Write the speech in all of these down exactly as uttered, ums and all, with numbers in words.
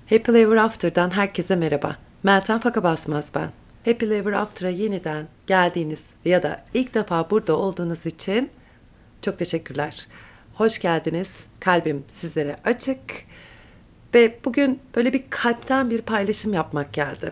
Happily Ever After'dan herkese merhaba. Meltem Faka Basmaz ben. Happily Ever After'a yeniden geldiğiniz ya da ilk defa burada olduğunuz için çok teşekkürler. Hoş geldiniz. Kalbim sizlere açık. Ve bugün böyle bir kalpten bir paylaşım yapmak geldi.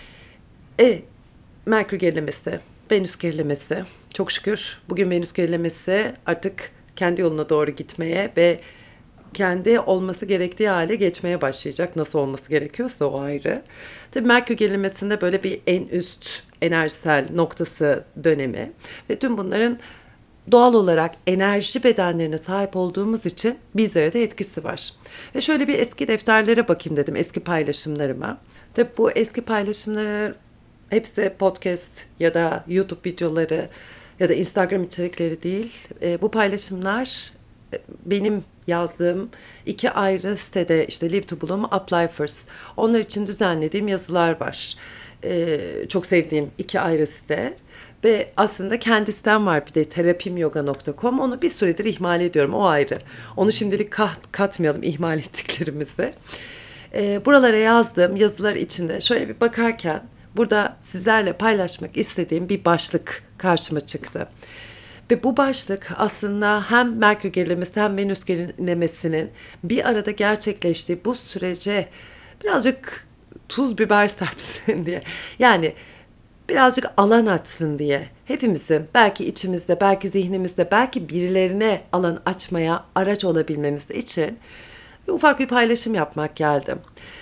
E, Merkür gerilemesi, Venüs gerilemesi. Çok şükür bugün Venüs gerilemesi artık kendi yoluna doğru gitmeye ve kendi olması gerektiği hale geçmeye başlayacak. Nasıl olması gerekiyorsa o ayrı. Tabii Merkür gerilemesinde böyle bir en üst enerjisel noktası dönemi ve tüm bunların doğal olarak enerji bedenlerine sahip olduğumuz için bizlere de etkisi var. Ve şöyle bir eski defterlere bakayım dedim, eski paylaşımlarıma. Tabii bu eski paylaşımlar hepsi podcast ya da YouTube videoları ya da Instagram içerikleri değil. E, bu paylaşımlar benim yazdığım iki ayrı sitede, işte Live to Bloom, Apply First. Onlar için düzenlediğim yazılar var. Ee, çok sevdiğim iki ayrı site. Ve aslında kendi sitem var bir de terapimyoga nokta com. Onu bir süredir ihmal ediyorum, o ayrı. Onu şimdilik kat, katmayalım ihmal ettiklerimize. Ee, buralara yazdığım yazılar içinde şöyle bir bakarken burada sizlerle paylaşmak istediğim bir başlık karşıma çıktı. Ve bu başlık aslında hem Merkür gerilemesi hem Venüs gerilemesinin bir arada gerçekleştiği bu sürece birazcık tuz biber serpsin diye. Yani birazcık alan açsın diye. Hepimizin belki içimizde, belki zihnimizde, belki birilerine alan açmaya araç olabilmemiz için ufak bir paylaşım yapmak geldi.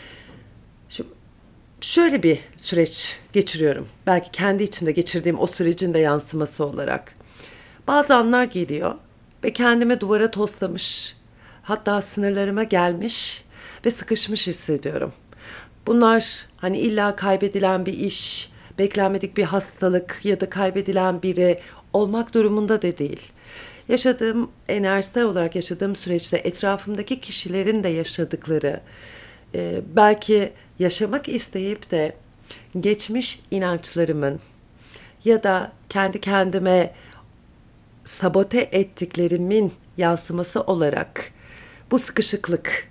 Şimdi şöyle bir süreç geçiriyorum. Belki kendi içimde geçirdiğim o sürecin de yansıması olarak. Bazı anlar geliyor ve kendimi duvara toslamış, hatta sınırlarıma gelmiş ve sıkışmış hissediyorum. Bunlar hani illa kaybedilen bir iş, beklenmedik bir hastalık ya da kaybedilen biri olmak durumunda da değil. Yaşadığım, enerjisel olarak yaşadığım süreçte etrafımdaki kişilerin de yaşadıkları, e, belki yaşamak isteyip de geçmiş inançlarımın ya da kendi kendime sabote ettiklerimin yansıması olarak bu sıkışıklık,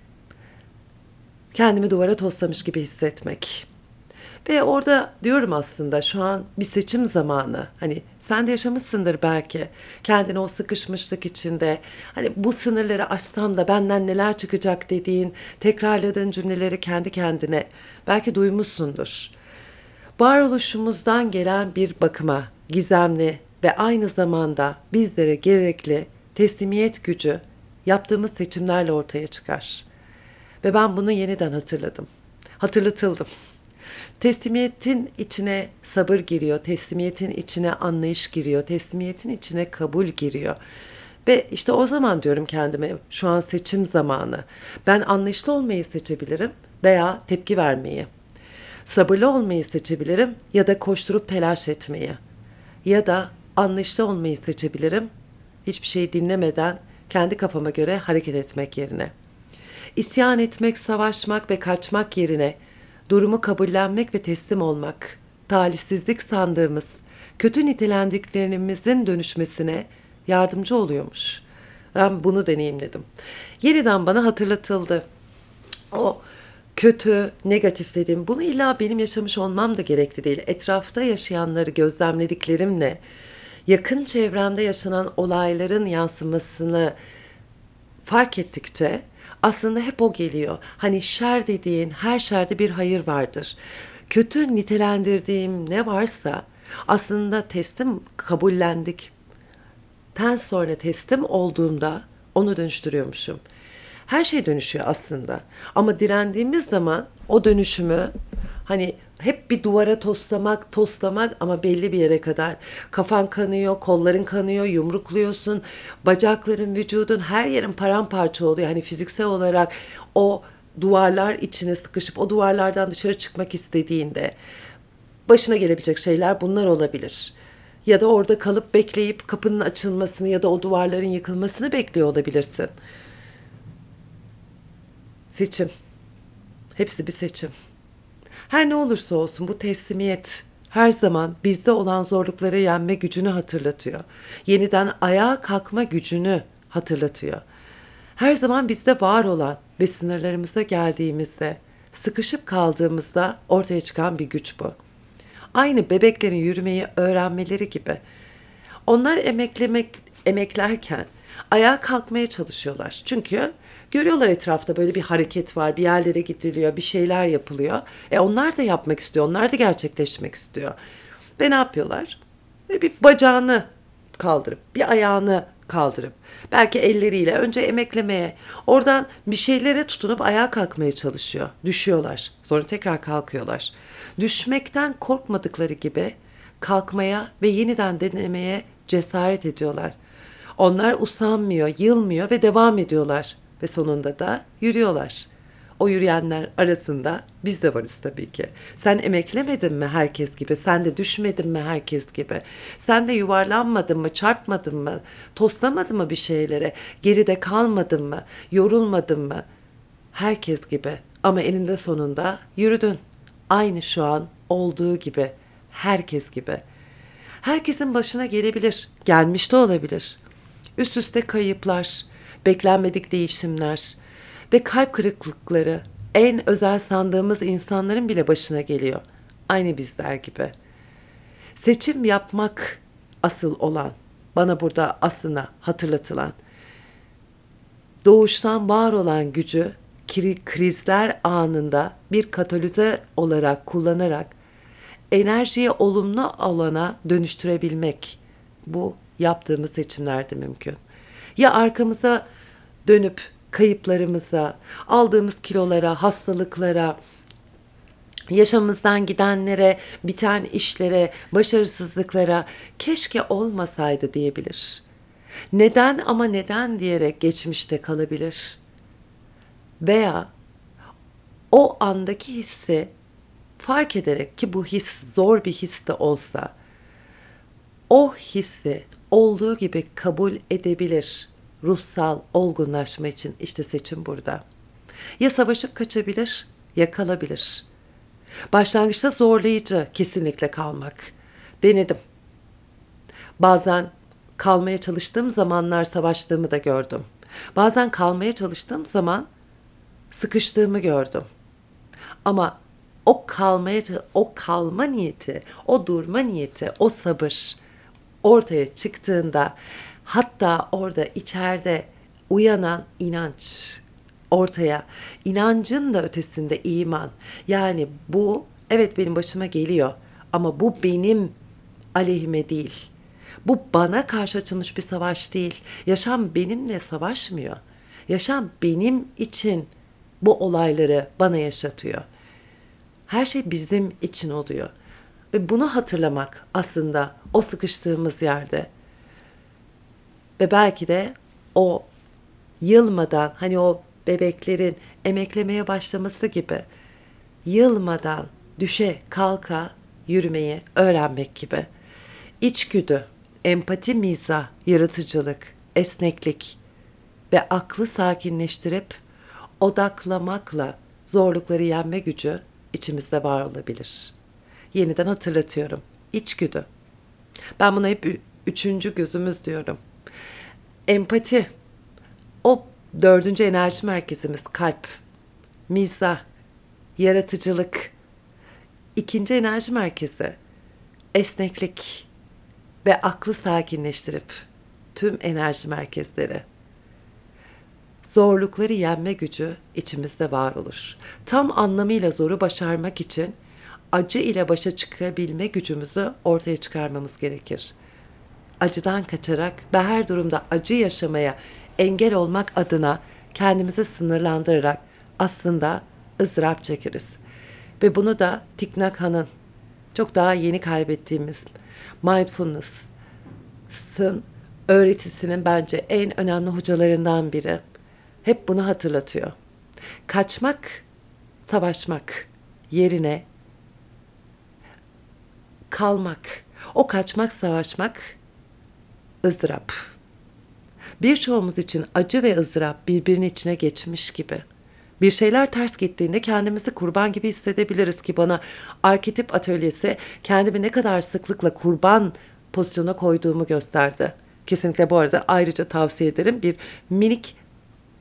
kendimi duvara toslamış gibi hissetmek. Ve orada diyorum aslında şu an bir seçim zamanı. Hani sen de yaşamışsındır belki. Kendini o sıkışmışlık içinde. Hani bu sınırları aşsam da benden neler çıkacak dediğin, tekrarladığın cümleleri kendi kendine belki duymuşsundur. Varoluşumuzdan gelen bir bakıma, gizemli ve aynı zamanda bizlere gerekli teslimiyet gücü yaptığımız seçimlerle ortaya çıkar. Ve ben bunu yeniden hatırladım. Hatırlatıldım. Teslimiyetin içine sabır giriyor, teslimiyetin içine anlayış giriyor, teslimiyetin içine kabul giriyor. Ve işte o zaman diyorum kendime, şu an seçim zamanı. Ben anlayışlı olmayı seçebilirim veya tepki vermeyi. Sabırlı olmayı seçebilirim ya da koşturup telaş etmeyi. Ya da anlayışlı olmayı seçebilirim, hiçbir şey dinlemeden kendi kafama göre hareket etmek yerine. İsyan etmek, savaşmak ve kaçmak yerine durumu kabullenmek ve teslim olmak, talihsizlik sandığımız, kötü nitelendiklerimizin dönüşmesine yardımcı oluyormuş. Ben bunu deneyimledim. Yeniden bana hatırlatıldı. O kötü, negatif dediğim, bunu illa benim yaşamış olmam da gerekli değil. Etrafta yaşayanları gözlemlediklerimle, yakın çevremde yaşanan olayların yansımasını fark ettikçe aslında hep o geliyor. Hani şer dediğin her şerde bir hayır vardır. Kötü nitelendirdiğim ne varsa aslında teslim kabullendikten sonra teslim olduğumda onu dönüştürüyormuşum. Her şey dönüşüyor aslında. Ama direndiğimiz zaman o dönüşümü hani hep bir duvara toslamak, toslamak ama belli bir yere kadar. Kafan kanıyor, kolların kanıyor, yumrukluyorsun, bacakların, vücudun, her yerin paramparça oluyor. Hani fiziksel olarak o duvarlar içine sıkışıp o duvarlardan dışarı çıkmak istediğinde başına gelebilecek şeyler bunlar olabilir. Ya da orada kalıp bekleyip kapının açılmasını ya da o duvarların yıkılmasını bekliyor olabilirsin. Seçim. Hepsi bir seçim. Her ne olursa olsun bu teslimiyet her zaman bizde olan zorlukları yenme gücünü hatırlatıyor. Yeniden ayağa kalkma gücünü hatırlatıyor. Her zaman bizde var olan ve sınırlarımıza geldiğimizde Sıkışıp kaldığımızda ortaya çıkan bir güç bu. Aynı bebeklerin yürümeyi öğrenmeleri gibi. Onlar emeklemek, emeklerken ayağa kalkmaya çalışıyorlar. Çünkü görüyorlar etrafta böyle bir hareket var, bir yerlere gidiliyor, bir şeyler yapılıyor. E onlar da yapmak istiyor, onlar da gerçekleşmek istiyor. Ve ne yapıyorlar? Ve bir bacağını kaldırıp, bir ayağını kaldırıp, belki elleriyle önce emeklemeye, oradan bir şeylere tutunup ayağa kalkmaya çalışıyor. Düşüyorlar, sonra tekrar kalkıyorlar. Düşmekten korkmadıkları gibi kalkmaya ve yeniden denemeye cesaret ediyorlar. Onlar usanmıyor, yılmıyor ve devam ediyorlar. Ve sonunda da yürüyorlar. O yürüyenler arasında biz de varız tabii ki. Sen emeklemedin mi herkes gibi? Sen de düşmedin mi herkes gibi? Sen de yuvarlanmadın mı, çarpmadın mı? Toslamadın mı bir şeylere? Geride kalmadın mı? Yorulmadın mı? Herkes gibi. Ama eninde sonunda yürüdün. Aynı şu an olduğu gibi. Herkes gibi. Herkesin başına gelebilir. Gelmiş de olabilir. Üst üste kayıplar, beklenmedik değişimler ve kalp kırıklıkları en özel sandığımız insanların bile başına geliyor. Aynı bizler gibi. Seçim yapmak asıl olan, bana burada aslında hatırlatılan, doğuştan var olan gücü krizler anında bir katalize olarak kullanarak enerjiyi olumlu olana dönüştürebilmek. Bu yaptığımız seçimlerde mümkün. Ya arkamıza dönüp kayıplarımıza, aldığımız kilolara, hastalıklara, yaşamımızdan gidenlere, biten işlere, başarısızlıklara keşke olmasaydı diyebilir. Neden ama neden diyerek geçmişte kalabilir. Veya o andaki hissi fark ederek, ki bu his zor bir his de olsa, o hissi olduğu gibi kabul edebilir. Ruhsal olgunlaşma için işte seçim burada. Ya savaşıp kaçabilir ya kalabilir. Başlangıçta zorlayıcı kesinlikle kalmak. Denedim. Bazen kalmaya çalıştığım zamanlar savaştığımı da gördüm. Bazen kalmaya çalıştığım zaman sıkıştığımı gördüm. Ama o kalmaya, o kalma niyeti, o durma niyeti, o sabır ortaya çıktığında, hatta orada içeride uyanan inanç ortaya, inancın da ötesinde iman. Yani bu evet benim başıma geliyor ama bu benim aleyhime değil. Bu bana karşı açılmış bir savaş değil. Yaşam benimle savaşmıyor. Yaşam benim için bu olayları bana yaşatıyor. Her şey bizim için oluyor. Ve bunu hatırlamak aslında o sıkıştığımız yerde. Ve belki de o yılmadan, hani o bebeklerin emeklemeye başlaması gibi yılmadan düşe kalka yürümeyi öğrenmek gibi. İçgüdü, empati, mizah, yaratıcılık, esneklik ve aklı sakinleştirip odaklamakla zorlukları yenme gücü içimizde var olabilir. Yeniden hatırlatıyorum. İçgüdü. Ben buna hep üçüncü gözümüz diyorum. Empati, o dördüncü enerji merkezimiz kalp, mizah, yaratıcılık. İkinci enerji merkezi esneklik ve aklı sakinleştirip tüm enerji merkezleri. Zorlukları yenme gücü içimizde var olur. Tam anlamıyla zoru başarmak için acı ile başa çıkabilme gücümüzü ortaya çıkarmamız gerekir. Acıdan kaçarak ve her durumda acı yaşamaya engel olmak adına kendimizi sınırlandırarak aslında ızdırap çekeriz. Ve bunu da Thich Nhat Hanh'ın çok daha yeni kaybettiğimiz mindfulness'ın öğretisinin bence en önemli hocalarından biri. Hep bunu hatırlatıyor. Kaçmak, savaşmak yerine kalmak. O kaçmak, savaşmak ızdırap. Birçoğumuz için acı ve ızdırap birbirinin içine geçmiş gibi. Bir şeyler ters gittiğinde kendimizi kurban gibi hissedebiliriz ki bana arketip atölyesi kendimi ne kadar sıklıkla kurban pozisyona koyduğumu gösterdi. Kesinlikle bu arada ayrıca tavsiye ederim. Bir minik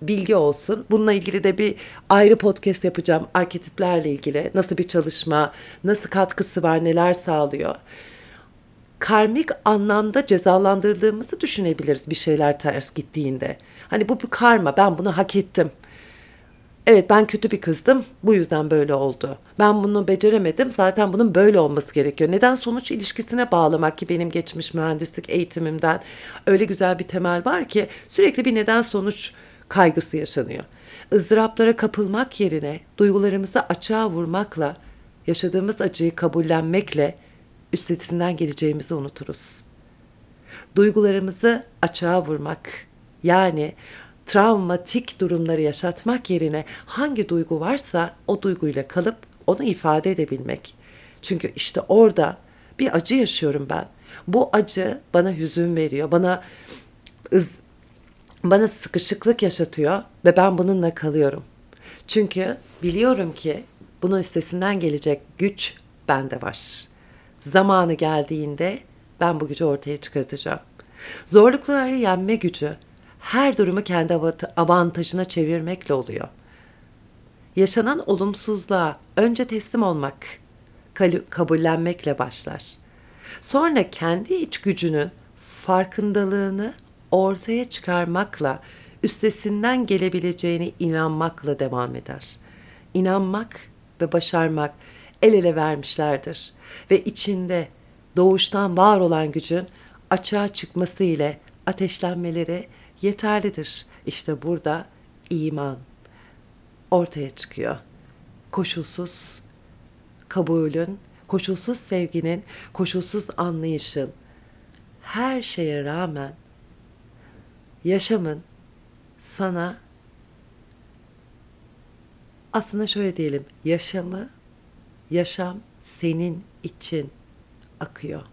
bilgi olsun. Bununla ilgili de bir ayrı podcast yapacağım. Arketiplerle ilgili nasıl bir çalışma, nasıl katkısı var, neler sağlıyor. Karmik anlamda cezalandırıldığımızı düşünebiliriz bir şeyler ters gittiğinde. Hani bu bir karma, ben bunu hak ettim. Evet, ben kötü bir kızdım, bu yüzden böyle oldu. Ben bunu beceremedim, zaten bunun böyle olması gerekiyor. Neden sonuç ilişkisine bağlamak, ki benim geçmiş mühendislik eğitimimden öyle güzel bir temel var ki sürekli bir neden sonuç kaygısı yaşanıyor. Izdıraplara kapılmak yerine duygularımızı açığa vurmakla, yaşadığımız acıyı kabullenmekle üstesinden geleceğimizi unuturuz. Duygularımızı açığa vurmak, yani travmatik durumları yaşatmak yerine hangi duygu varsa o duyguyla kalıp onu ifade edebilmek. Çünkü işte orada bir acı yaşıyorum ben. Bu acı bana hüzün veriyor, bana ız, bana sıkışıklık yaşatıyor ve ben bununla kalıyorum. Çünkü biliyorum ki bunun üstesinden gelecek güç bende var. Zamanı geldiğinde ben bu gücü ortaya çıkartacağım. Zorlukları yenme gücü her durumu kendi avantajına çevirmekle oluyor. Yaşanan olumsuzluğa önce teslim olmak, kabullenmekle başlar. Sonra kendi iç gücünün farkındalığını ortaya çıkarmakla, üstesinden gelebileceğine inanmakla devam eder. İnanmak ve başarmak el ele vermişlerdir ve içinde doğuştan var olan gücün açığa çıkması ile ateşlenmeleri yeterlidir. İşte burada iman ortaya çıkıyor. Koşulsuz kabulün, koşulsuz sevginin, koşulsuz anlayışın, her şeye rağmen yaşamın sana, aslında şöyle diyelim, yaşamı, yaşam senin için akıyor.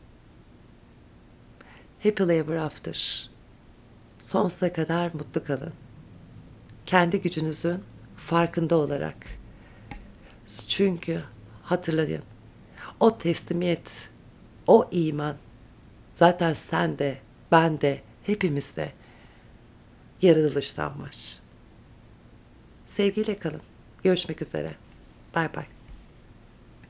Happily ever after. Sonsuza kadar mutlu kalın. Kendi gücünüzün farkında olarak. Çünkü hatırlayın, o teslimiyet, o iman zaten sende, bende, hepimizde yaratılıştan var. Sevgiyle kalın. Görüşmek üzere. Bay bay.